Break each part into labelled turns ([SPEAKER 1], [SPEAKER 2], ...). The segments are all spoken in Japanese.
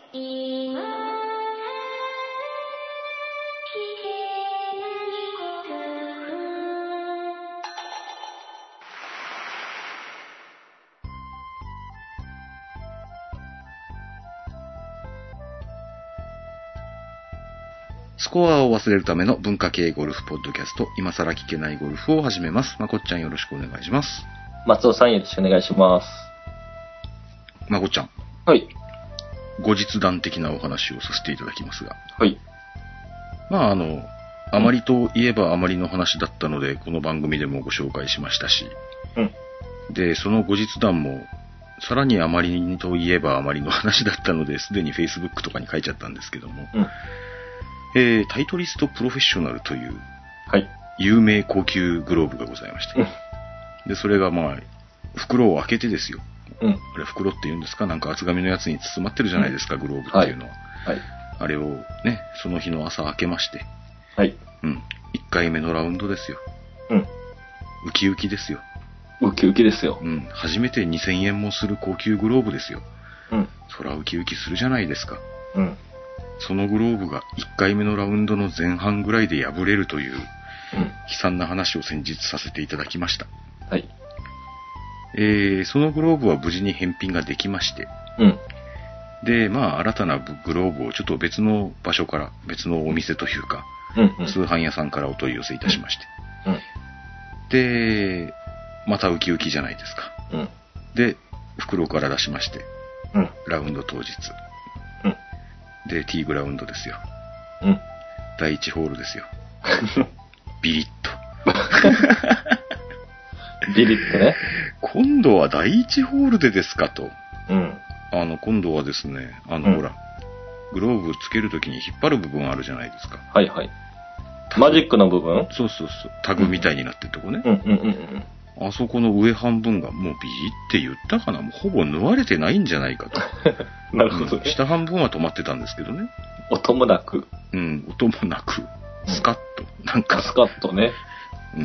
[SPEAKER 1] スコアを忘れるための文化系ゴルフポッドキャスト、今更聞けないゴルフを始めます。まこっちゃんよろしくお願いします。
[SPEAKER 2] 松尾さんよろしくお願いします。
[SPEAKER 1] まこっちゃん。
[SPEAKER 2] はい。
[SPEAKER 1] 後日談的なお話をさせていただきますが。
[SPEAKER 2] はい。
[SPEAKER 1] まああまりといえばあまりの話だったので、この番組でもご紹介しましたし。
[SPEAKER 2] うん。
[SPEAKER 1] で、その後日談も、さらにあまりといえばあまりの話だったので、すでに Facebook とかに書いちゃったんですけども。
[SPEAKER 2] うん。
[SPEAKER 1] タイトリストプロフェッショナルという、
[SPEAKER 2] はい。
[SPEAKER 1] 有名高級グローブがございまして。で、それがまあ、袋を開けてですよ。
[SPEAKER 2] うん。
[SPEAKER 1] あれ袋って言うんですか？なんか厚紙のやつに包まってるじゃないですか、グローブっていうのは。
[SPEAKER 2] はい。
[SPEAKER 1] あれをね、その日の朝開けまして。
[SPEAKER 2] はい。
[SPEAKER 1] うん。1回目のラウンドですよ。
[SPEAKER 2] うん。
[SPEAKER 1] ウキウキですよ。
[SPEAKER 2] ウキウキですよ。
[SPEAKER 1] うん。初めて2000円もする高級グローブですよ。
[SPEAKER 2] うん。
[SPEAKER 1] そらウキウキするじゃないですか。
[SPEAKER 2] うん。
[SPEAKER 1] そのグローブが1回目のラウンドの前半ぐらいで破れるという、悲惨な話を先日させていただきました。
[SPEAKER 2] はい。
[SPEAKER 1] そのグローブは無事に返品ができまして、
[SPEAKER 2] うん。
[SPEAKER 1] で、まあ、新たなグローブをちょっと別の場所から、別のお店というか、
[SPEAKER 2] うん。
[SPEAKER 1] 通販屋さんからお問い寄せいたしまして。
[SPEAKER 2] うん。
[SPEAKER 1] で、またウキウキじゃないですか。
[SPEAKER 2] うん。
[SPEAKER 1] で、袋から出しまして、
[SPEAKER 2] うん。
[SPEAKER 1] ラウンド当日。
[SPEAKER 2] うん。
[SPEAKER 1] で、ティーグラウンドですよ。
[SPEAKER 2] うん。
[SPEAKER 1] 第1ホールですよ。ビリッと。
[SPEAKER 2] ビリッとね。
[SPEAKER 1] 今度は第1ホールでですかと。
[SPEAKER 2] うん。
[SPEAKER 1] 今度はですね、ほら、グローブつけるときに引っ張る部分あるじゃないですか。
[SPEAKER 2] はいはい。マジックの部分？
[SPEAKER 1] そうそうそう。タグみたいになってるとこね。
[SPEAKER 2] うんうんうんうん。
[SPEAKER 1] あそこの上半分がもうビリって言ったかな、もうほぼ縫われてないんじゃないかと。
[SPEAKER 2] なるほど、ね
[SPEAKER 1] 下半分は止まってたんですけどね。
[SPEAKER 2] 音もなく。
[SPEAKER 1] うん、音もなく、スカッと。なんか。
[SPEAKER 2] スカッとね。
[SPEAKER 1] うん、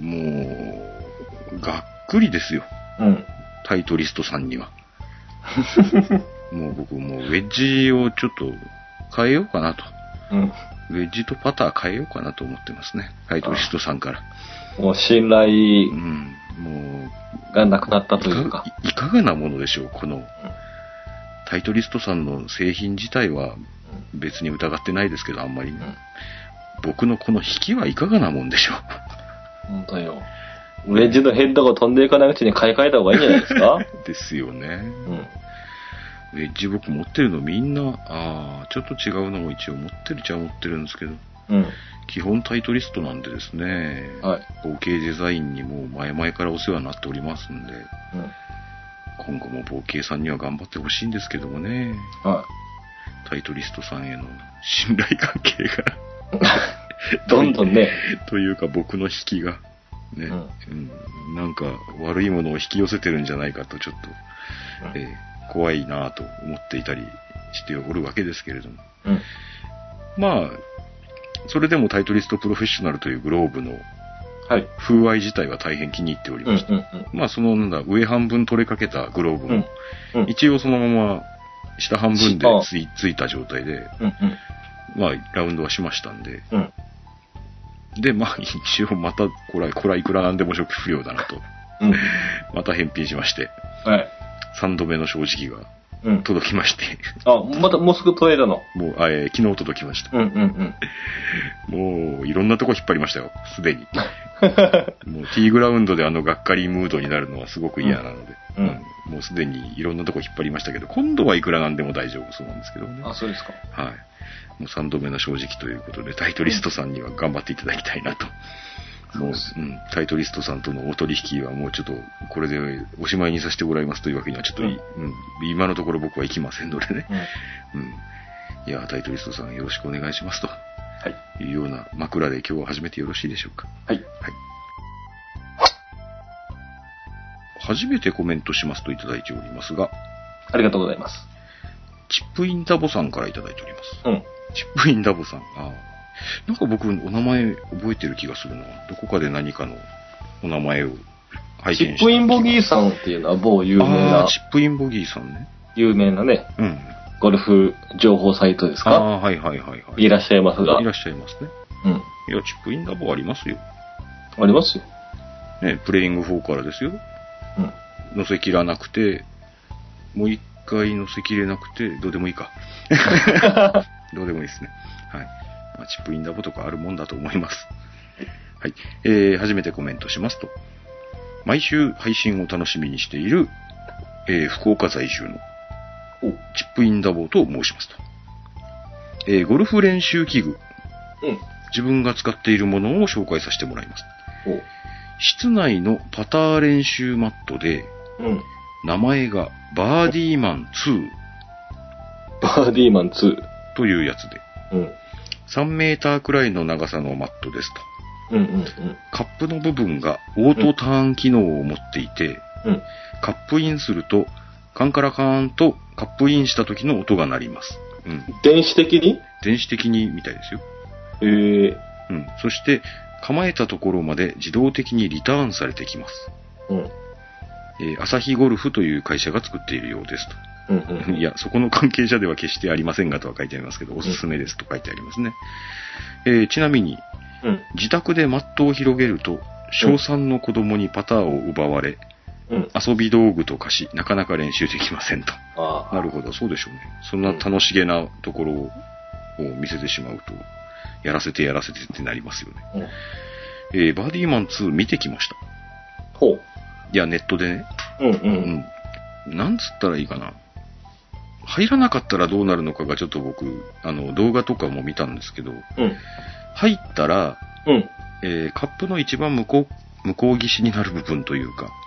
[SPEAKER 1] もう、がっくりですよ。
[SPEAKER 2] うん。
[SPEAKER 1] タイトリストさんには。もう僕もうウェッジをちょっと変えようかなと。
[SPEAKER 2] うん。
[SPEAKER 1] ウェッジとパター変えようかなと思ってますね。タイトリストさんから。
[SPEAKER 2] もう信頼
[SPEAKER 1] もう
[SPEAKER 2] がなくなったというか。
[SPEAKER 1] いかがなものでしょう、この、タイトリストさんの製品自体は別に疑ってないですけど、あんまりね。僕のこの引きはいかがなもんでしょう。
[SPEAKER 2] 本当よ。ウェッジのヘッドが飛んでいかないうちに買い替えた方がいいんじゃないですか？
[SPEAKER 1] ですよね。
[SPEAKER 2] うん。
[SPEAKER 1] ウェッジ僕持ってるのみんな、ちょっと違うのも一応持ってるっちゃ持ってるんですけど、
[SPEAKER 2] うん。
[SPEAKER 1] 基本タイトリストなんでですね、
[SPEAKER 2] はい。
[SPEAKER 1] 合計デザインにも前々からお世話になっておりますんで、
[SPEAKER 2] うん。
[SPEAKER 1] 今後も合計さんには頑張ってほしいんですけどもね、
[SPEAKER 2] は
[SPEAKER 1] タイトリストさんへの信頼関係が
[SPEAKER 2] どんどんね、
[SPEAKER 1] というか僕の引きがね、なんか悪いものを引き寄せてるんじゃないかとちょっと、怖いなぁと思っていたりしておるわけですけれども、まあそれでもタイトリストプロフェッショナルというグローブの風合い自体は大変気に入っておりまして、まあその上半分取れかけたグローブも、一応そのまま下半分でついた状態で、まあラウンドはしましたんで、でまあ一応またこれはいくらなんでも初期不良だなと、また返品しまして、3度目の正直が届きまして、
[SPEAKER 2] またもうすぐ届いたの？
[SPEAKER 1] もう昨日届きました。もういろんなとこ引っ張りましたよ、すでに。もうティーグラウンドでがっかりムードになるのはすごく嫌なので、もうすでにいろんなとこ引っ張りましたけど、今度はいくらなんでも大丈夫そうなんですけどね。
[SPEAKER 2] そうですか。
[SPEAKER 1] はい。もう3度目の正直ということで、タイトリストさんには頑張っていただきたいなと。もう、タイトリストさんとのお取引はもうちょっと、これでおしまいにさせてもらいますというわけにはちょっと、今のところ僕は行きませんのでね。いや、タイトリストさんよろしくお願いしますと。いうような枕で今日は始めてよろしいでしょうか。はい。初めてコメントしますといただいておりますが。
[SPEAKER 2] ありがとうございます。
[SPEAKER 1] チップインダボさんからいただいております。チップインダボさん。なんか僕お名前覚えてる気がするな。どこかで何かのお名前を拝見した。
[SPEAKER 2] チップインボギーさんっていうのは某有名な。
[SPEAKER 1] チップインボギーさんね。
[SPEAKER 2] 有名なね。ゴゴルフ情報サイトですか？
[SPEAKER 1] はいはいはいはい。
[SPEAKER 2] いらっしゃいますが。
[SPEAKER 1] いらっしゃいますね。
[SPEAKER 2] うん。
[SPEAKER 1] いや、チップインラボありますよ。
[SPEAKER 2] ありますよ。
[SPEAKER 1] ね、プレイング4からですよ。
[SPEAKER 2] うん。
[SPEAKER 1] 乗せ切らなくて、もう一回乗せ切れなくて、どうでもいいか。どうでもいいですね。はい。まあ、チップインラボとかあるもんだと思います。はい。初めてコメントしますと。毎週配信を楽しみにしている、福岡在住のチップインラボと申しますと。ゴルフ練習器具。
[SPEAKER 2] うん。
[SPEAKER 1] 自分が使っているものを紹介させてもらいます。室内のパター練習マットで、
[SPEAKER 2] うん。
[SPEAKER 1] 名前がバーディーマン2。
[SPEAKER 2] バーディーマン2。
[SPEAKER 1] というやつで。
[SPEAKER 2] うん。
[SPEAKER 1] 3メーターくらいの長さのマットですと。
[SPEAKER 2] うんうんうん。
[SPEAKER 1] カップの部分がオートターン機能を持っていて、
[SPEAKER 2] うん。
[SPEAKER 1] カップインすると、カンカラカーンとカップインした時の音が鳴ります。うん。
[SPEAKER 2] 電子的に？
[SPEAKER 1] 電子的にみたいですよ。
[SPEAKER 2] うん。
[SPEAKER 1] そして、構えたところまで自動的にリターンされてきます。
[SPEAKER 2] うん。
[SPEAKER 1] 朝日ゴルフという会社が作っているようですと。
[SPEAKER 2] うんうん、
[SPEAKER 1] いや、そこの関係者では決してありませんがとは書いてありますけど、おすすめですと書いてありますね。ちなみに、自宅でマットを広げると、小3の子供にパターを奪われ、遊び道具と化し、なかなか練習できませんと。なるほど、そうでしょうね。そんな楽しげなところを見せてしまうと、やらせてってなりますよね。バーディーマン2見てきました。
[SPEAKER 2] ほう。
[SPEAKER 1] いや、ネットでね。なんつったらいいかな。入らなかったらどうなるのかがちょっと僕、動画とかも見たんですけど、入ったら、カップの一番向こう岸になる部分というか、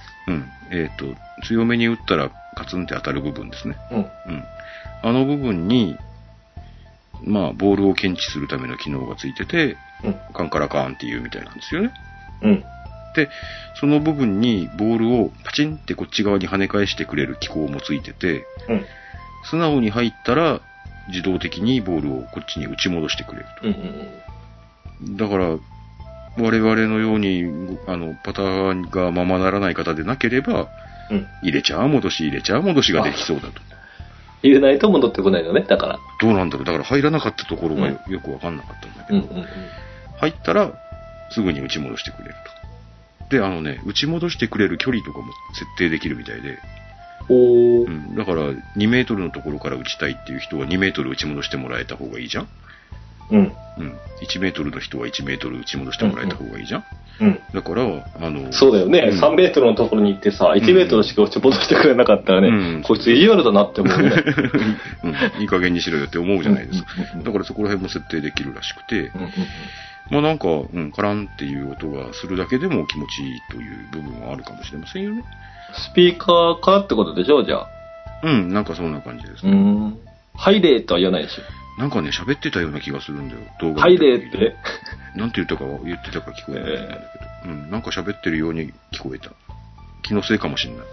[SPEAKER 1] 強めに打ったらカツンって当たる部分ですね。あの部分に、まあ、ボールを検知するための機能がついてて、カンカラカーンっていうみたいなんですよね。で、その部分にボールをパチンってこっち側に跳ね返してくれる機構もついてて、素直に入ったら自動的にボールをこっちに打ち戻してくれると。だから、我々のように、パターがままならない方でなければ、入れちゃう戻しができそうだと。
[SPEAKER 2] 入れないと戻ってこないのね、だから。
[SPEAKER 1] どうなんだろう。だから入らなかったところがよくわかんなかったんだけど、入ったらすぐに打ち戻してくれると。で、打ち戻してくれる距離とかも設定できるみたいで、だから2メートルのところから打ちたいっていう人は2メートル打ち戻してもらえた方がいいじゃん。1メートルの人は1メートル打ち戻してもらえた方がいいじゃん。だから、
[SPEAKER 2] そうだよね、3メートルのところに行ってさ、1メートルしか打ち戻してくれなかったらね、こいつ意地悪だなって思うね。
[SPEAKER 1] いい加減にしろよって思うじゃないですか。だからそこら辺も設定できるらしくて、まあなんか、カランっていう音がするだけでも気持ちいいという部分はあるかもしれませんよね。
[SPEAKER 2] スピーカーからってことでしょ、じゃあ。
[SPEAKER 1] なんかそんな感じですね。
[SPEAKER 2] 入れとは言わないでしょ。
[SPEAKER 1] なんかね、喋ってたような気がするんだよ、動画。
[SPEAKER 2] 入れって。
[SPEAKER 1] なんて言ってたか聞こえないんだけど。なんか喋ってるように聞こえた。気のせいかもしれない。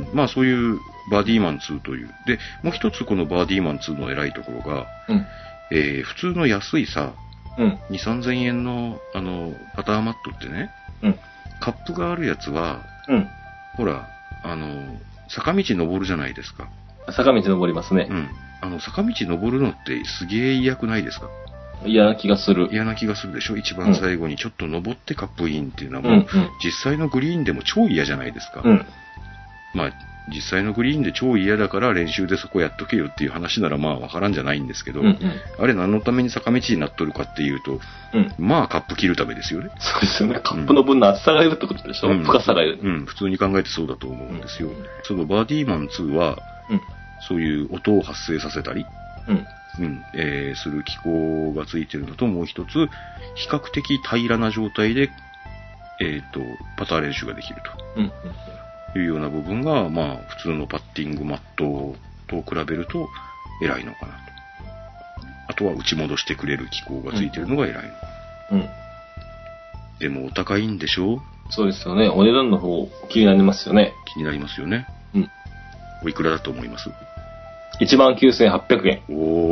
[SPEAKER 1] まあそういうバーディーマン2という。で、もう一つこのバーディーマン2の偉いところが、普通の安いさ、2、3000円の、パターマットってね、カップがあるやつは、ほら、坂道登るじゃないですか。
[SPEAKER 2] 坂道登りますね。
[SPEAKER 1] 坂道登るのってすげえ嫌くないですか？
[SPEAKER 2] 嫌な気がする。
[SPEAKER 1] 嫌な気がするでしょ？一番最後にちょっと登ってカップインっていうのはもう、実際のグリーンでも超嫌じゃないですか。まあ、実際のグリーンで超嫌だから練習でそこやっとけよっていう話ならまあわからんじゃないんですけど、あれ何のために坂道になっとるかっていうと、まあカップ切るためですよね。
[SPEAKER 2] そうですよね。カップの分の厚さがいるってことでしょ？深さがいる。
[SPEAKER 1] 普通に考えてそうだと思うんですよ。そのバーディーマン2は、そういう音を発生させたり、する機構がついてるのと、もう一つ、比較的平らな状態で、パター練習ができるというような部分が、まあ、普通のパッティングマットと比べると偉いのかなと。あとは打ち戻してくれる機構がついてるのが偉いのかな。でもお高いんでしょ？
[SPEAKER 2] そうですよね。お値段の方気になりますよね。
[SPEAKER 1] 気になりますよね。おいくらだと思います
[SPEAKER 2] ？19,800円。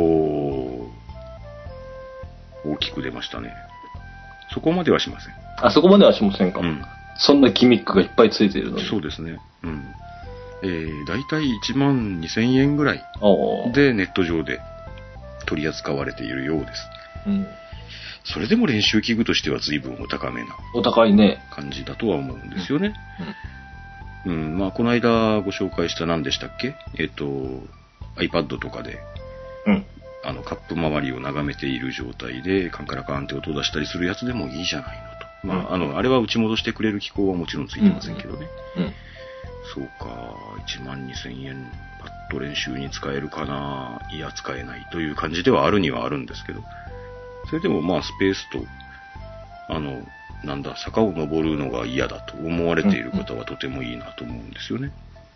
[SPEAKER 1] 大きく出ましたね。そこまではしません。
[SPEAKER 2] あそこまではしませんか。そんなギミックがいっぱいついているのに。
[SPEAKER 1] そうですね。 だいたい1万2000円ぐらいでネット上で取り扱われているようです。うん。それでも練習器具としては随分お高めな。
[SPEAKER 2] お高いね。
[SPEAKER 1] 感じだとは思うんですよね。うん。まあ、この間ご紹介した何でしたっけiPad とかで、うん。カップ周りを眺めている状態でカンカラカンって音を出したりするやつでもいいじゃないのと。まあ、あれは打ち戻してくれる機構はもちろんついてませんけどね。うん。そうか、1万2000円パッド練習に使えるかな、いや使えないという感じではあるにはあるんですけど、それでもまあスペースと、坂を登るのが嫌だと思われている方はとてもいいなと思うんですよね。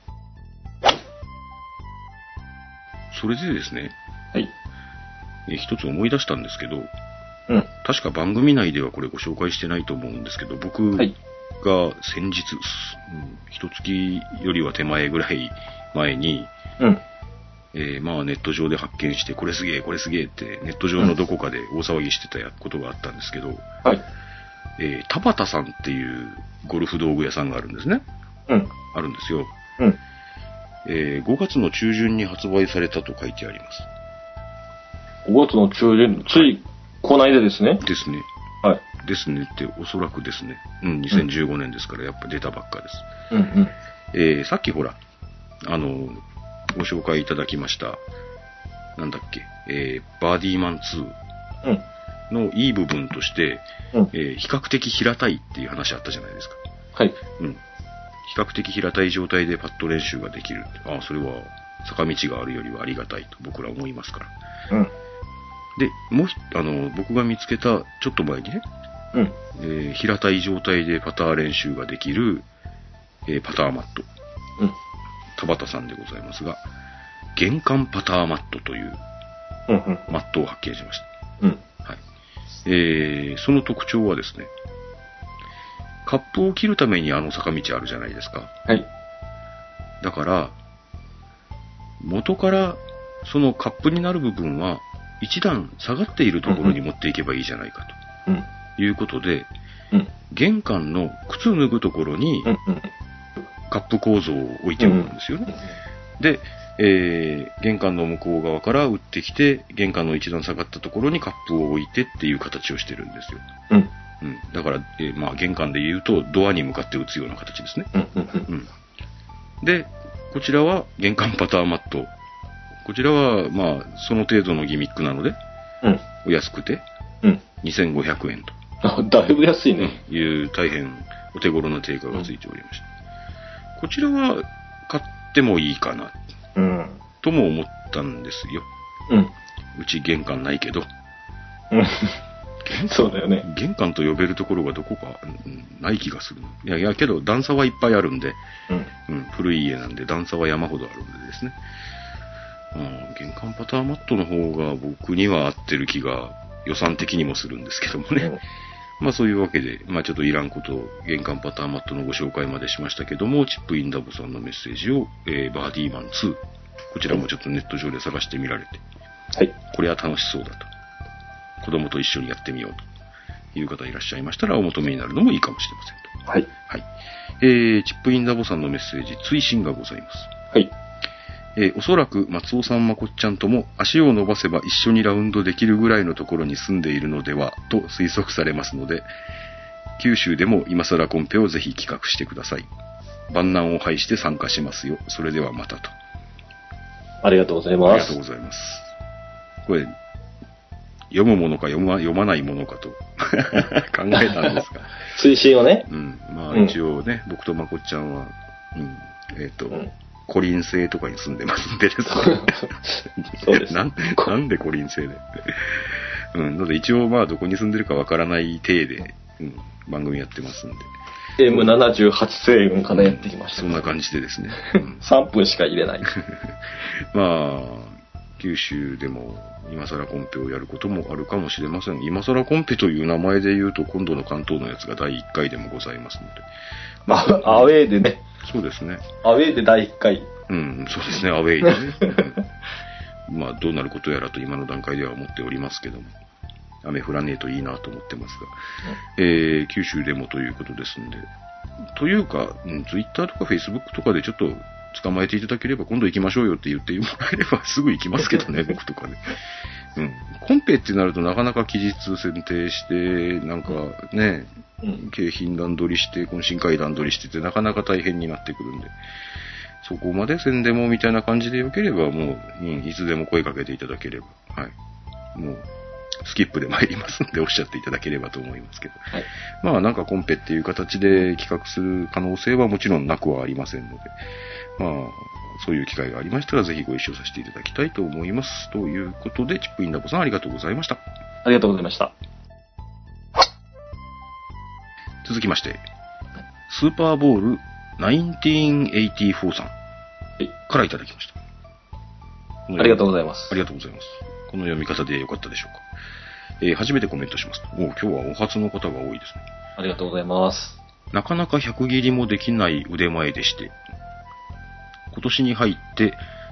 [SPEAKER 1] それでですね、はい。一つ思い出したんですけど、うん。確か番組内ではこれご紹介してないと思うんですけど、僕、はいが先日、一月よりは手前ぐらい前に、うん。まあネット上で発見して、これすげえ、これすげえってネット上のどこかで大騒ぎしてたことがあったんですけど、はい。田畑さんっていうゴルフ道具屋さんがあるんですね。うん。あるんですよ。うん。5月の中旬に発売されたと書いてあります。
[SPEAKER 2] 5月の中旬、つい、こないでですね。
[SPEAKER 1] ですね。はい。ですねって、おそらくですね。うん、2015年ですから、やっぱ出たばっかです。うんうん。さっきほら、ご紹介いただきました、なんだっけ、バーディーマン2のいい部分として、うん、比較的平たいっていう話あったじゃないですか。はい。うん。比較的平たい状態でパッド練習ができる。ああ、それは坂道があるよりはありがたいと僕ら思いますから。うん。で、僕が見つけたちょっと前にね、うん。平たい状態でパター練習ができる、パターマット。うん。田畑さんでございますが、玄関パターマットという、マットを発見しました。うん。はい。その特徴はですね、カップを切るために坂道あるじゃないですか。はい。だから、元からそのカップになる部分は一段下がっているところに持っていけばいいじゃないかと。うん。いうことで、うん、玄関の靴脱ぐところに、カップ構造を置いておくんですよね。で、玄関の向こう側から打ってきて、玄関の一段下がったところにカップを置いてっていう形をしてるんですよ。うん。うん、だから、まあ玄関で言うとドアに向かって打つような形ですね。うん。で、こちらは玄関パターマット。こちらは、まあ、その程度のギミックなので、お安くて、2500円と。
[SPEAKER 2] だいぶ安いね。
[SPEAKER 1] いう大変お手頃な定価がついておりました。こちらは買ってもいいかな、とも思ったんですよ。うち玄関ないけど。
[SPEAKER 2] そうだよね。
[SPEAKER 1] 玄関と呼べるところがどこかない気がする。いや、けど段差はいっぱいあるんで、古い家なんで段差は山ほどあるんでですね。玄関パターマットの方が僕には合ってる気が予算的にもするんですけどもね。まあそういうわけで、まあちょっといらんことを玄関パターマットのご紹介までしましたけども、チップインダボさんのメッセージを、バーディーマン2、こちらもちょっとネット上で探してみられて、はい。これは楽しそうだと。子供と一緒にやってみようという方いらっしゃいましたらお求めになるのもいいかもしれませんと。はい。はい。チップインダボさんのメッセージ、追伸がございます。はい。おそらく松尾さんまこっちゃんとも足を伸ばせば一緒にラウンドできるぐらいのところに住んでいるのではと推測されますので、九州でも今更コンペをぜひ企画してください。万難を排して参加しますよ。それではまたと。
[SPEAKER 2] ありがとうございます。あ
[SPEAKER 1] りがとうございます。これ、読むものか読まないものかと考えたんですが。
[SPEAKER 2] 推進をね。
[SPEAKER 1] うん。まあ一応ね、僕とまこっちゃんは、コリン星とかに住んでますんでですね。そうです。なんでコリン星でので一応まあどこに住んでるかわからない体で、番組やってますんで。
[SPEAKER 2] M78 星雲からやってきました、
[SPEAKER 1] そんな感じでですね。
[SPEAKER 2] 3分しか入れない。
[SPEAKER 1] まあ、九州でも今更コンペをやることもあるかもしれません。今更コンペという名前で言うと今度の関東のやつが第1回でもございますので。
[SPEAKER 2] まあ、アウェーでね。
[SPEAKER 1] そうですね。
[SPEAKER 2] アウェーで第1回。
[SPEAKER 1] うん、そうですね、アウェーでね。まあ、どうなることやらと今の段階では思っておりますけども。雨降らねえといいなと思ってますが。九州でもということですんで。というか、Twitter とか Facebook とかでちょっと捕まえていただければ、今度行きましょうよって言ってもらえればすぐ行きますけどね、僕とかね。うん。コンペってなるとなかなか期日選定して、なんかね、景品段取りして、懇親会段取りしてて、なかなか大変になってくるんで、そこまでせんでもみたいな感じでよければ、もう、いつでも声かけていただければ、はい。もう、スキップで参りますんでおっしゃっていただければと思いますけど。はい、まあなんかコンペっていう形で企画する可能性はもちろんなくはありませんので、まあそういう機会がありましたらぜひご一緒させていただきたいと思います。ということで、チップインラボさんありがとうございました。
[SPEAKER 2] ありがとうございました。
[SPEAKER 1] 続きまして、スーパーボール1984さんからいただきました。
[SPEAKER 2] ありがとうございます。
[SPEAKER 1] ありがとうございます。この読み方でよかったでしょうか。初めてコメントしますと。今日はお初の方が多いですね。
[SPEAKER 2] ありがとうございます。
[SPEAKER 1] なかなか100切りもできない腕前でして、今年に入って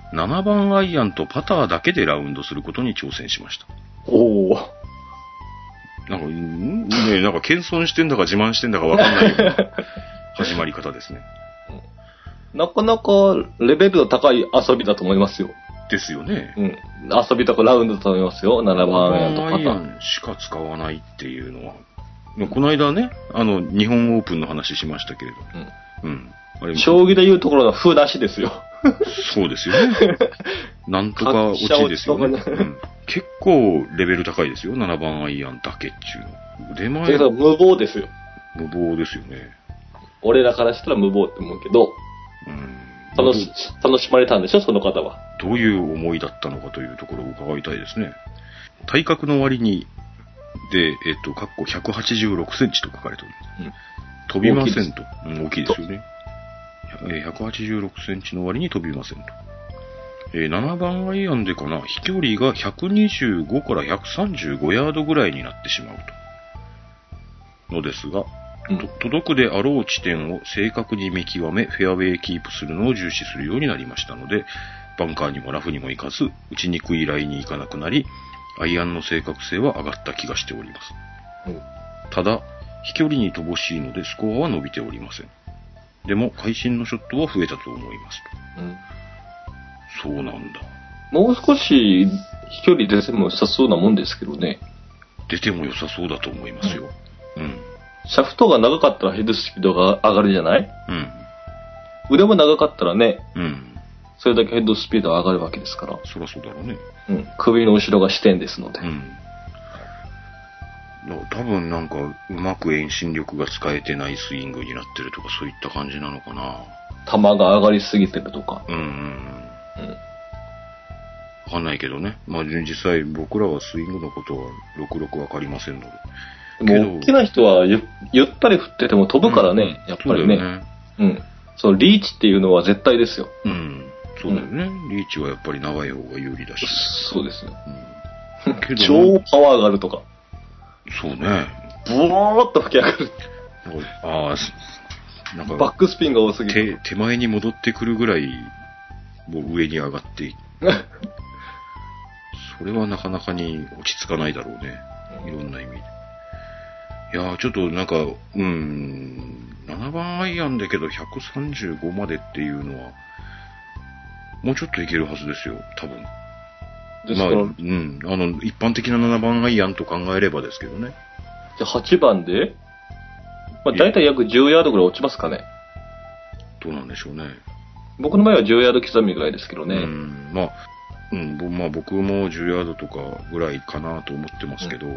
[SPEAKER 1] 7番アイアンとパターだけでラウンドすることに挑戦しました。
[SPEAKER 2] おお。
[SPEAKER 1] なんか謙遜してんだか自慢してんだかわかんないような始まり方ですね。
[SPEAKER 2] なかなかレベルの高い遊びだと思いますよ。
[SPEAKER 1] ですよね。
[SPEAKER 2] うん。遊びとかラウンドだと思いますよ。7番アイアンとパター。7番アイア
[SPEAKER 1] ンしか使わないっていうのは。この間ね、日本オープンの話しましたけれど。うん。
[SPEAKER 2] あれ将棋でいうところの風なしですよ。
[SPEAKER 1] そうですよね。なんとか落ちですよね。結構レベル高いですよ。7番アイアンだけっていうの。腕前。
[SPEAKER 2] 無謀ですよ。
[SPEAKER 1] 無謀ですよね。
[SPEAKER 2] 俺らからしたら無謀って思うけど。楽しまれたんでしょ、その方は。
[SPEAKER 1] どういう思いだったのかというところを伺いたいですね。体格の割に、で、括弧186センチと書かれております。飛びませんと。大きいですよね。186センチの割に飛びませんと。7番アイアンでかな、飛距離が125から135ヤードぐらいになってしまうと。のですが、届くであろう地点を正確に見極め、フェアウェイキープするのを重視するようになりましたので、バンカーにもラフにも行かず、打ちにくいラインに行かなくなり、アイアンの正確性は上がった気がしております。ただ、飛距離に乏しいのでスコアは伸びておりません。でも、会心のショットは増えたと思いますと。そうなんだ。
[SPEAKER 2] もう少し飛距離出ても良さそうなもんですけどね。
[SPEAKER 1] 出ても良さそうだと思いますよ。
[SPEAKER 2] シャフトが長かったらヘッドスピードが上がるじゃない？腕も長かったらね、それだけヘッドスピードが上がるわけですから。
[SPEAKER 1] そりゃそうだろうね。
[SPEAKER 2] 首の後ろが支点ですので。
[SPEAKER 1] 多分なんか、うまく遠心力が使えてないスイングになってるとか、そういった感じなのかな。
[SPEAKER 2] 球が上がりすぎてるとか。
[SPEAKER 1] わかんないけどね。まあ実際僕らはスイングのことは66わかりませんので。
[SPEAKER 2] でも大きな人はゆったり振ってても飛ぶからね、やっぱりね。そのリーチっていうのは絶対ですよ。
[SPEAKER 1] そうだよね。リーチはやっぱり長い方が有利だし。
[SPEAKER 2] そうですよ。超パワーがあるとか。
[SPEAKER 1] そうね。
[SPEAKER 2] ブワーっと吹き上がる。なんかバックスピンが多すぎる。
[SPEAKER 1] 手前に戻ってくるぐらい、もう上に上がってそれはなかなかに落ち着かないだろうね。いろんな意味で。いやー、ちょっとなんか、7番アイアンだけど135までっていうのは、もうちょっといけるはずですよ、多分。まあ、一般的な7番アイアンと考えればですけどね。
[SPEAKER 2] じゃあ8番で、だいたい約10ヤードぐらい落ちますかね。
[SPEAKER 1] どうなんでしょうね。
[SPEAKER 2] 僕の場合は10ヤード刻みぐらいですけどね。
[SPEAKER 1] まあ僕も10ヤードとかぐらいかなと思ってますけど、も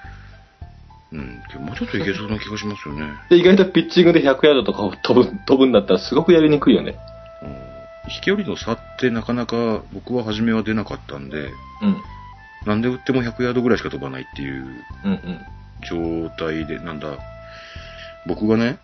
[SPEAKER 1] うちょっといけそうな気がしますよね。
[SPEAKER 2] で、意外とピッチングで100ヤードとかを飛ぶんだったらすごくやりにくいよね。
[SPEAKER 1] 飛距離の差ってなかなか僕は初めは出なかったんで、なんで打っても100ヤードぐらいしか飛ばないっていう状態で、僕がね、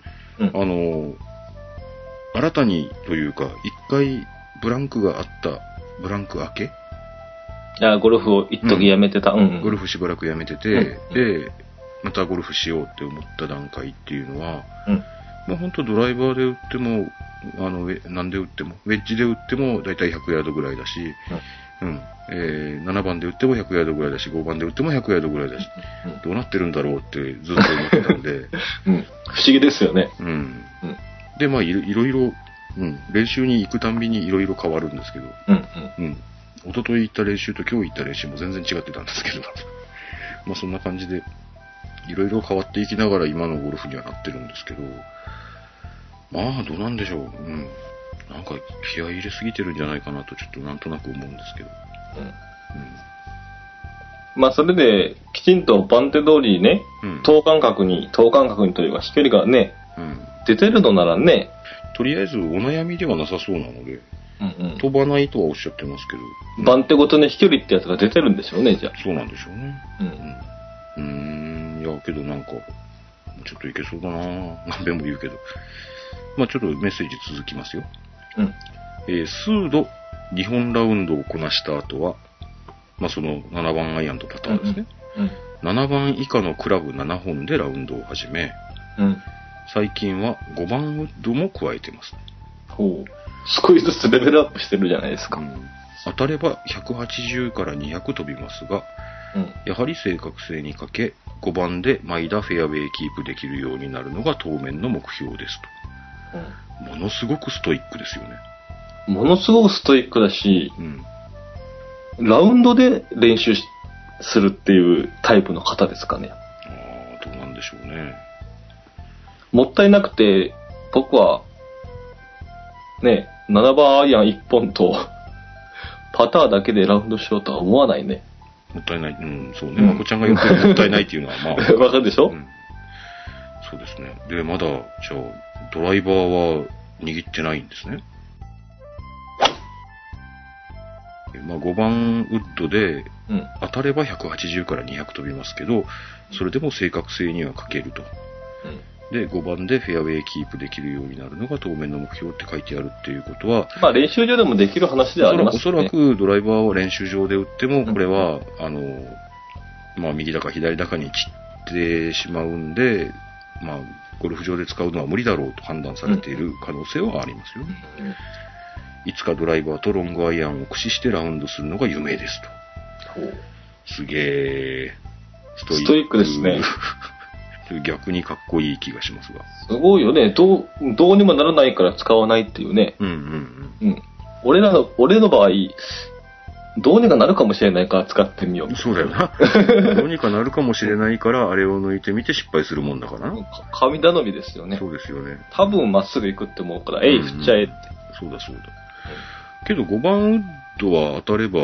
[SPEAKER 1] 新たにというか、一回ブランクがあった、ブランク明け？
[SPEAKER 2] ゴルフを一時やめてた。
[SPEAKER 1] ゴルフしばらくやめてて、で、またゴルフしようって思った段階っていうのは、もうほんとドライバーで打っても、なんで打っても、ウェッジで打ってもだいたい100ヤードぐらいだし、7番で打っても100ヤードぐらいだし、5番で打っても100ヤードぐらいだし、どうなってるんだろうってずっと思ってたんで、
[SPEAKER 2] 不思議ですよね。
[SPEAKER 1] で、まあいろいろうん。練習に行くたんびにいろいろ変わるんですけど。一昨日行った練習と今日行った練習も全然違ってたんですけど。まあそんな感じで、いろいろ変わっていきながら今のゴルフにはなってるんですけど、まあどうなんでしょう。なんか気合い入れすぎてるんじゃないかなとちょっとなんとなく思うんですけど。
[SPEAKER 2] まあそれできちんと番手通りね、等間隔にというか飛距離がね、出てるのならね、
[SPEAKER 1] とりあえずお悩みではなさそうなので、飛ばないとはおっしゃってますけど、
[SPEAKER 2] 番手ごとに飛距離ってやつが出てるんでしょうね、じゃあ。
[SPEAKER 1] そうなんでしょうね。いやけどなんかちょっといけそうだな。何遍も言うけど、まあちょっとメッセージ続きますよ。数度2本ラウンドをこなした後は、まあその7番アイアンとパターですね。7番以下のクラブ7本でラウンドを始め、最近は5番ウッドも加えてます。
[SPEAKER 2] 少しずつレベルアップしてるじゃないですか。
[SPEAKER 1] 当たれば180から200飛びますが、やはり正確性に欠け、5番で毎打フェアウェイキープできるようになるのが当面の目標ですと。ものすごくストイックですよね。
[SPEAKER 2] ものすごくストイックだし、ラウンドで練習するっていうタイプの方ですかね。
[SPEAKER 1] どうなんでしょうね。
[SPEAKER 2] もったいなくて、僕は、ね、7番アイアン1本と、パターだけでラウンドしようとは思わないね。
[SPEAKER 1] もったいない。そうね。まこちゃんが言ってるもったいないっていうのは、まあ。
[SPEAKER 2] わかるでしょ？
[SPEAKER 1] そうですね。で、まだ、じゃあ、ドライバーは握ってないんですね。まあ、5番ウッドで、当たれば180から200飛びますけど、それでも正確性には欠けると。で、5番でフェアウェイキープできるようになるのが当面の目標って書いてあるっていうことは、
[SPEAKER 2] まあ練習場でもできる話ではありますね。
[SPEAKER 1] おそらくドライバーを練習場で打っても、これは、まあ右だか左だかに散ってしまうんで、まあゴルフ場で使うのは無理だろうと判断されている可能性はありますよね。いつかドライバーとロングアイアンを駆使してラウンドするのが夢ですと。すげー。
[SPEAKER 2] ストイックですね。
[SPEAKER 1] 逆にかっこいい気がしますが。
[SPEAKER 2] すごいよね。どうにもならないから使わないっていうね。俺の場合、どうにかなるかもしれないから使ってみよう。
[SPEAKER 1] そうだよな。どうにかなるかもしれないから、あれを抜いてみて失敗するもんだからな。
[SPEAKER 2] 神頼みですよね。
[SPEAKER 1] そうですよね。
[SPEAKER 2] 多分まっすぐ行くって思うから、振っちゃえって。
[SPEAKER 1] そうだ。けど5番ウッドは当たれば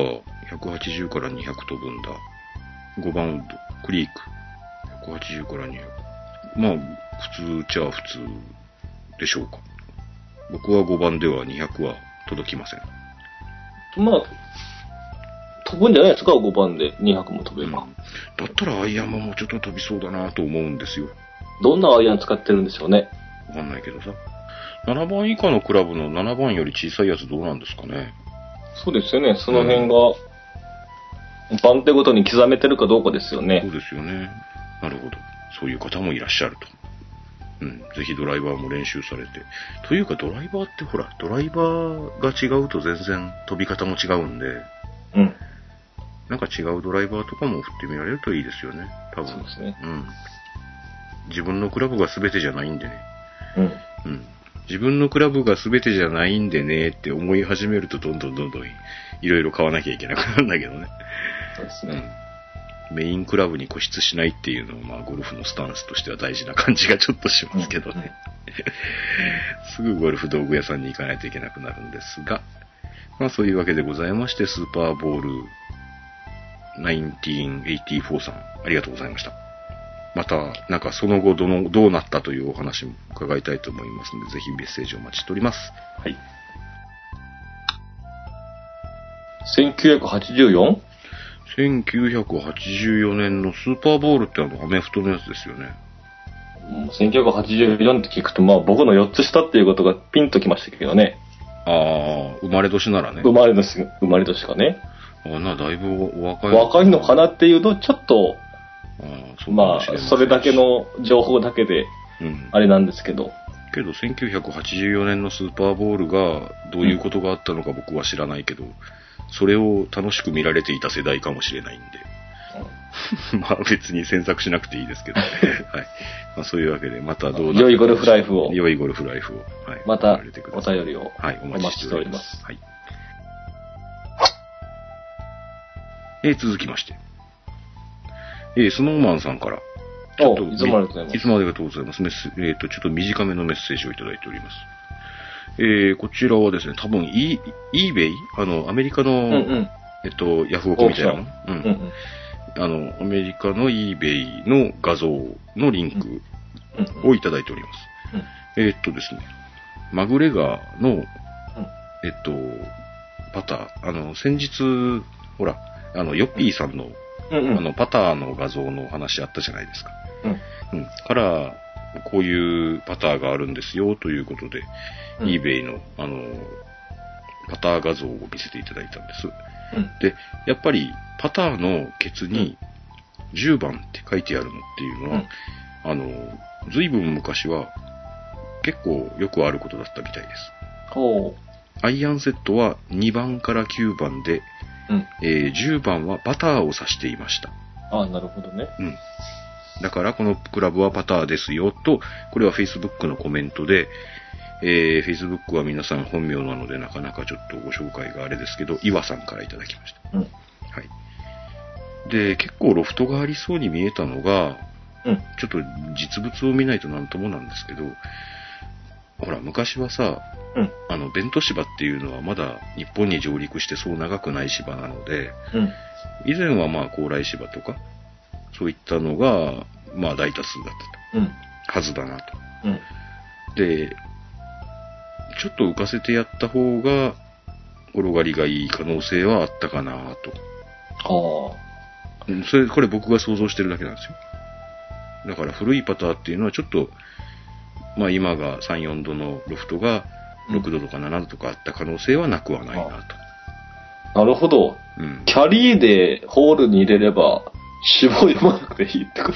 [SPEAKER 1] 180から200飛ぶんだ。5番ウッド、クリーク。180から200。まあ、普通っちゃ普通でしょうか。僕は5番では200は届きません。
[SPEAKER 2] まあ、飛ぶんじゃないですか、5番で200も飛べば。
[SPEAKER 1] だったらアイアンももうちょっと飛びそうだなと思うんですよ。
[SPEAKER 2] どんなアイアン使ってるんでしょうね。
[SPEAKER 1] わかんないけどさ。7番以下のクラブの7番より小さいやつどうなんですかね。
[SPEAKER 2] そうですよね、その辺が、番手ごとに刻めてるかどうかですよね。
[SPEAKER 1] そうですよね。なるほど。そういう方もいらっしゃると。ぜひドライバーも練習されて。というかドライバーってほら、ドライバーが違うと全然飛び方も違うんで、なんか違うドライバーとかも振ってみられるといいですよね。多分。
[SPEAKER 2] そうですね。
[SPEAKER 1] 自分のクラブが全てじゃないんでね。自分のクラブが全てじゃないんでねって思い始めるとどんどんいろいろ買わなきゃいけなくなるんだけどね。
[SPEAKER 2] そうですね。
[SPEAKER 1] メインクラブに固執しないっていうのは、まあ、ゴルフのスタンスとしては大事な感じがちょっとしますけどね。すぐゴルフ道具屋さんに行かないといけなくなるんですが、まあ、そういうわけでございまして、スーパーボール1984さん、ありがとうございました。また、なんかその後どうなったというお話も伺いたいと思いますので、ぜひメッセージをお待ちしております。
[SPEAKER 2] はい。1984？
[SPEAKER 1] 1984年のスーパーボールってアメフトのやつですよね。
[SPEAKER 2] 1984って聞くと、まあ僕の4つ下っていうことがピンときましたけどね。
[SPEAKER 1] 生まれ年ならね。
[SPEAKER 2] 生まれ年かね。
[SPEAKER 1] だいぶ
[SPEAKER 2] 若いのかなっていうと、ちょっと、まあ、それだけの情報だけで、あれなんですけど。
[SPEAKER 1] けど、1984年のスーパーボールがどういうことがあったのか僕は知らないけど、それを楽しく見られていた世代かもしれないんで。 まあ別に詮索しなくていいですけど。はい。まあそういうわけで、またどうな
[SPEAKER 2] 良いゴルフライフを。
[SPEAKER 1] 良いゴルフライフを。はい。
[SPEAKER 2] また、お便りを。
[SPEAKER 1] はい、お待ちしております。はい。続きまして。スノーマンさんから。
[SPEAKER 2] ちょっと、いつもありがとうございます。
[SPEAKER 1] いつもありがとうございます。ちょっと短めのメッセージをいただいております。こちらはですね、多分、eBay？ アメリカの、ヤフオクみたいなの。アメリカの eBay の画像のリンクをいただいております。ですね、マグレガーの、パター、先日、ほら、ヨッピーさんの、パターの画像の話あったじゃないですか。から、こういうパターがあるんですよ、ということで、eBay の、パター画像を見せていただいたんです。で、やっぱり、パターのケツに、10番って書いてあるのっていうのは、随分昔は、結構よくあることだったみたいです。アイアンセットは2番から9番で、10番はパターを指していました。
[SPEAKER 2] ああ、なるほどね。
[SPEAKER 1] だからこのクラブはパターですよと、これは Facebook のコメントで、Facebook は皆さん本名なのでなかなかちょっとご紹介があれですけど、岩さんからいただきました。はい。で、結構ロフトがありそうに見えたのが、ちょっと実物を見ないとなんともなんですけど、ほら、昔はさ、ベント芝っていうのはまだ日本に上陸してそう長くない芝なので、以前はまあ高麗芝とか、そういったのが、まあ大多数だったと。はずだなと。で、ちょっと浮かせてやった方が、転がりがいい可能性はあったかなと。これ僕が想像してるだけなんですよ。だから古いパターっていうのはちょっと、まあ今が3、4度のロフトが6度とか7度とかあった可能性はなくはないなと。
[SPEAKER 2] なるほど。キャリーでホールに入れれば、芝を読まなくていいってこと。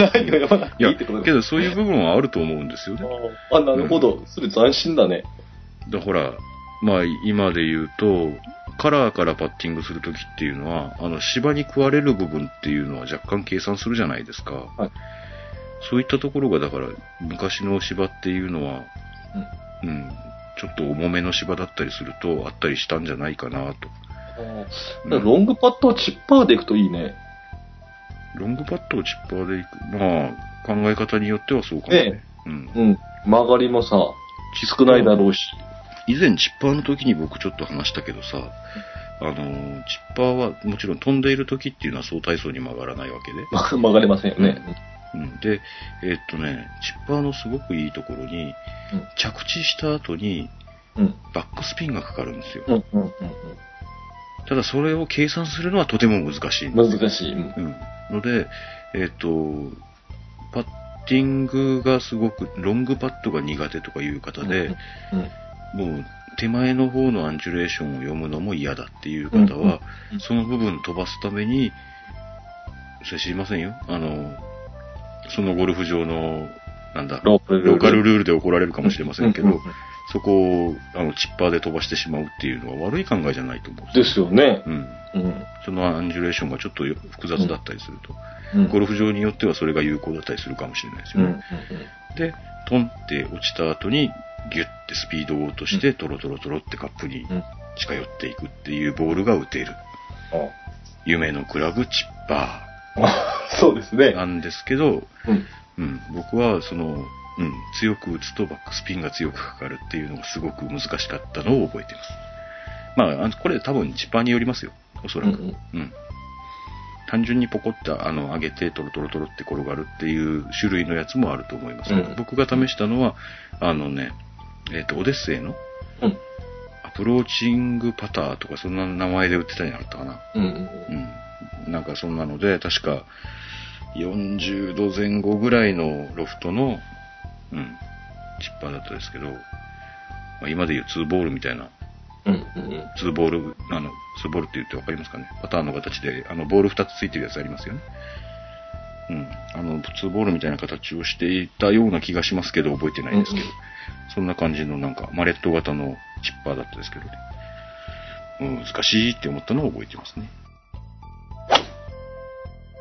[SPEAKER 2] ラインを読まなくていいってこと。
[SPEAKER 1] けどそういう部分はあると思うんですよね。
[SPEAKER 2] なるほど。それ斬新だね。
[SPEAKER 1] ほら、まあ今で言うと、カラーからパッティングするときっていうのは、芝に食われる部分っていうのは若干計算するじゃないですか。そういったところが、だから、昔の芝っていうのは、ちょっと重めの芝だったりすると、あったりしたんじゃないかなと。
[SPEAKER 2] ロングパッドはチッパーでいくといいね。
[SPEAKER 1] ロングパッドをチッパーでいく。まあ、考え方によってはそうかもね。
[SPEAKER 2] 曲がりもさ、少ないだろうし。
[SPEAKER 1] 以前チッパーの時に僕ちょっと話したけどさ、チッパーはもちろん飛んでいる時っていうのは相対層に曲がらないわけで。
[SPEAKER 2] 曲がりませんよね。
[SPEAKER 1] で、チッパーのすごくいいところに、着地した後に、バックスピンがかかるんですよ。ただそれを計算するのはとても難しい。
[SPEAKER 2] 難しい。
[SPEAKER 1] ので、パッティングがすごく、ロングパットが苦手とかいう方で、もう手前の方のアンジュレーションを読むのも嫌だっていう方は、その部分飛ばすために、それ知りませんよ。そのゴルフ場の、ローカルルールで怒られるかもしれませんけど、そこをチッパーで飛ばしてしまうっていうのは悪い考えじゃないと思うん
[SPEAKER 2] ですよね。
[SPEAKER 1] そのアンジュレーションがちょっと複雑だったりすると、ゴルフ場によってはそれが有効だったりするかもしれないですよね。で、トンって落ちた後にギュッてスピードを落としてトロトロトロってカップに近寄っていくっていうボールが打てる。夢のクラブチッパ
[SPEAKER 2] ー。そうですね。
[SPEAKER 1] なんですけど、僕は強く打つとバックスピンが強くかかるっていうのがすごく難しかったのを覚えています。まあ、これ多分チッパーによりますよ。おそらく。単純にポコって上げてトロトロトロって転がるっていう種類のやつもあると思いますけど、僕が試したのは、オデッセイの、アプローチングパターとかそんな名前で売ってたんじゃなかったかな。なんかそんなので、確か40度前後ぐらいのロフトの、チッパーだったですけど、今でいう2ボールみたいな、2ボールって言ってわかりますかね。パターンの形で、ボール2つついてるやつありますよね。2ボールみたいな形をしていたような気がしますけど、覚えてないですけど、そんな感じのなんか、マレット型のチッパーだったですけどね。難しいって思ったのを覚えてますね。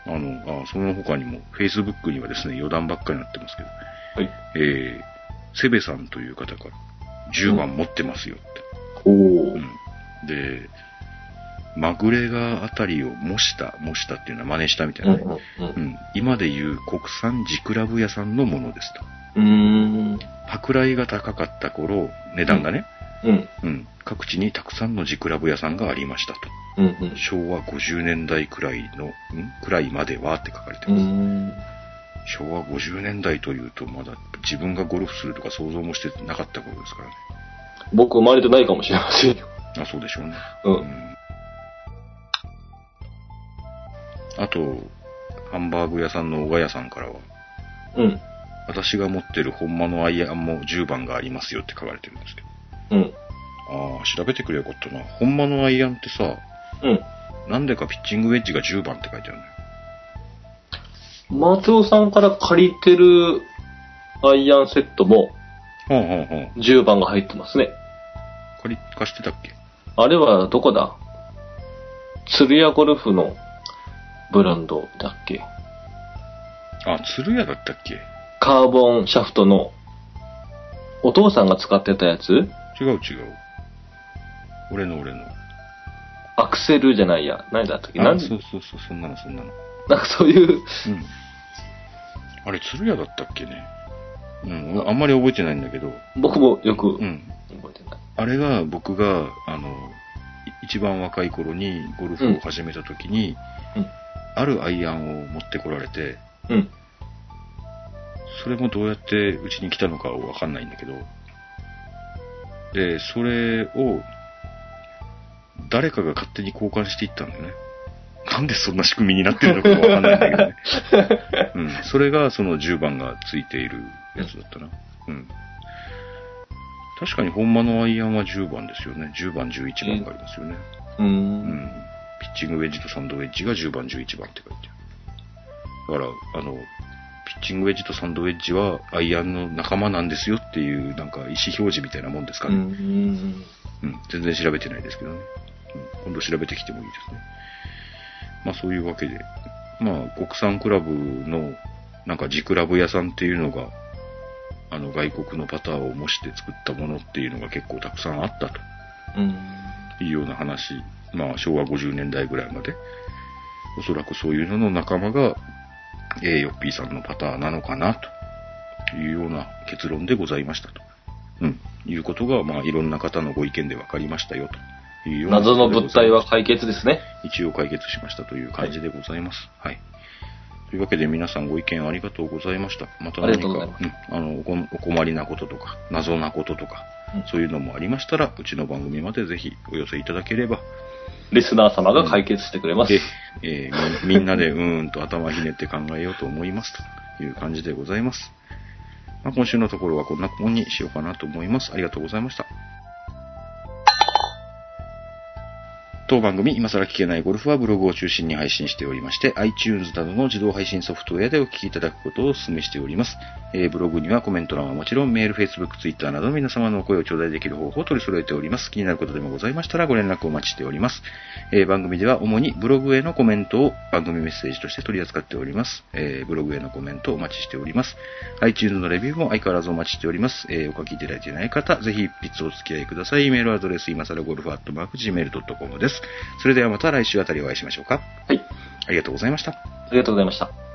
[SPEAKER 1] その他にも、Facebook にはですね、余談ばっかりになってますけど、
[SPEAKER 2] はい。
[SPEAKER 1] セベさんという方から、10番持ってますよって。
[SPEAKER 2] おー。
[SPEAKER 1] うん、で、マグレガーあたりを模したっていうのは真似したみたいなね。今でいう国産地クラブ屋さんのものですと。舶来が高かった頃、値段がね、各地にたくさんの地クラブ屋さんがありましたと。昭和50年代くらいまではって書かれてます。昭和50年代というとまだ自分がゴルフするとか想像もしてなかった頃ですからね。
[SPEAKER 2] 僕生まれてないかもしれませんよ。
[SPEAKER 1] あ、そうでしょうね。あと、ハンバーグ屋さんの小賀屋さんからは、私が持ってる本間のアイアンも10番がありますよって書かれてるんですけど。調べてくれよかったな。本間のアイアンってさ、なんでかピッチングウェッジが10番って書いてあるのよ。
[SPEAKER 2] 松尾さんから借りてるアイアンセットも、10番が入ってますね。
[SPEAKER 1] 貸してたっけ？
[SPEAKER 2] あれはどこだ？鶴屋ゴルフのブランドだっけ？
[SPEAKER 1] あ、鶴屋だったっけ？
[SPEAKER 2] カーボンシャフトのお父さんが使ってたやつ？違
[SPEAKER 1] う。俺の。
[SPEAKER 2] アクセルじゃないや。何だったっけ？
[SPEAKER 1] そう、そんなの。
[SPEAKER 2] なんかそういう。
[SPEAKER 1] あれ、鶴屋だったっけね。あんまり覚えてないんだけど。
[SPEAKER 2] 僕もよく、覚えてない。
[SPEAKER 1] あれが僕が、一番若い頃にゴルフを始めた時に、あるアイアンを持ってこられて、それもどうやってうちに来たのかわかんないんだけど、で、それを誰かが勝手に交換していったんだよね。なんでそんな仕組みになってるのかわかんないんだけどね。それがその10番がついているやつだったな。確かに本間のアイアンは10番ですよね。10番、11番がありますよね。ピッチングウェッジとサンドウェッジが10番、11番って書いてある。だから、ピッチングウェッジとサンドウェッジはアイアンの仲間なんですよっていうなんか意思表示みたいなもんですかね。全然調べてないですけどね。今度調べてきてもいいですね。まあそういうわけで、まあ国産クラブのなんか地クラブ屋さんっていうのが外国のパターを模して作ったものっていうのが結構たくさんあったというような話、まあ昭和50年代ぐらいまでおそらくそういうのの仲間がヨッピーさんのパターなのかなというような結論でございましたと、いうことがまあいろんな方のご意見で分かりましたよというような。
[SPEAKER 2] 謎の物体は解決ですね。
[SPEAKER 1] 一応解決しましたという感じでございます。はい。というわけで皆さんご意見ありがとうございました。また何かお困りなこととか謎なこととか、そういうのもありましたらうちの番組までぜひお寄せいただければ
[SPEAKER 2] リスナー様が解決してくれます。
[SPEAKER 1] みんなでと頭ひねって考えようと思いますという感じでございます。まあ、今週のところはこんなもんにしようかなと思います。ありがとうございました。当番組、今更聞けないゴルフはブログを中心に配信しておりまして、iTunes などの自動配信ソフトウェアでお聞きいただくことをお勧めしております。ブログにはコメント欄はもちろん、メール、Facebook、Twitter など皆様のお声を頂戴できる方法を取り揃えております。気になることでもございましたらご連絡をお待ちしております。番組では主にブログへのコメントを番組メッセージとして取り扱っております。ブログへのコメントをお待ちしております。iTunes のレビューも相変わらずお待ちしております。お書きいただいていない方、ぜひ一筆お付き合いください。メールアドレス、今更ゴルフ@gmail.com です。それではまた来週あたりお会いしましょうか。
[SPEAKER 2] はい。
[SPEAKER 1] ありがとうございました。
[SPEAKER 2] ありがとうございました。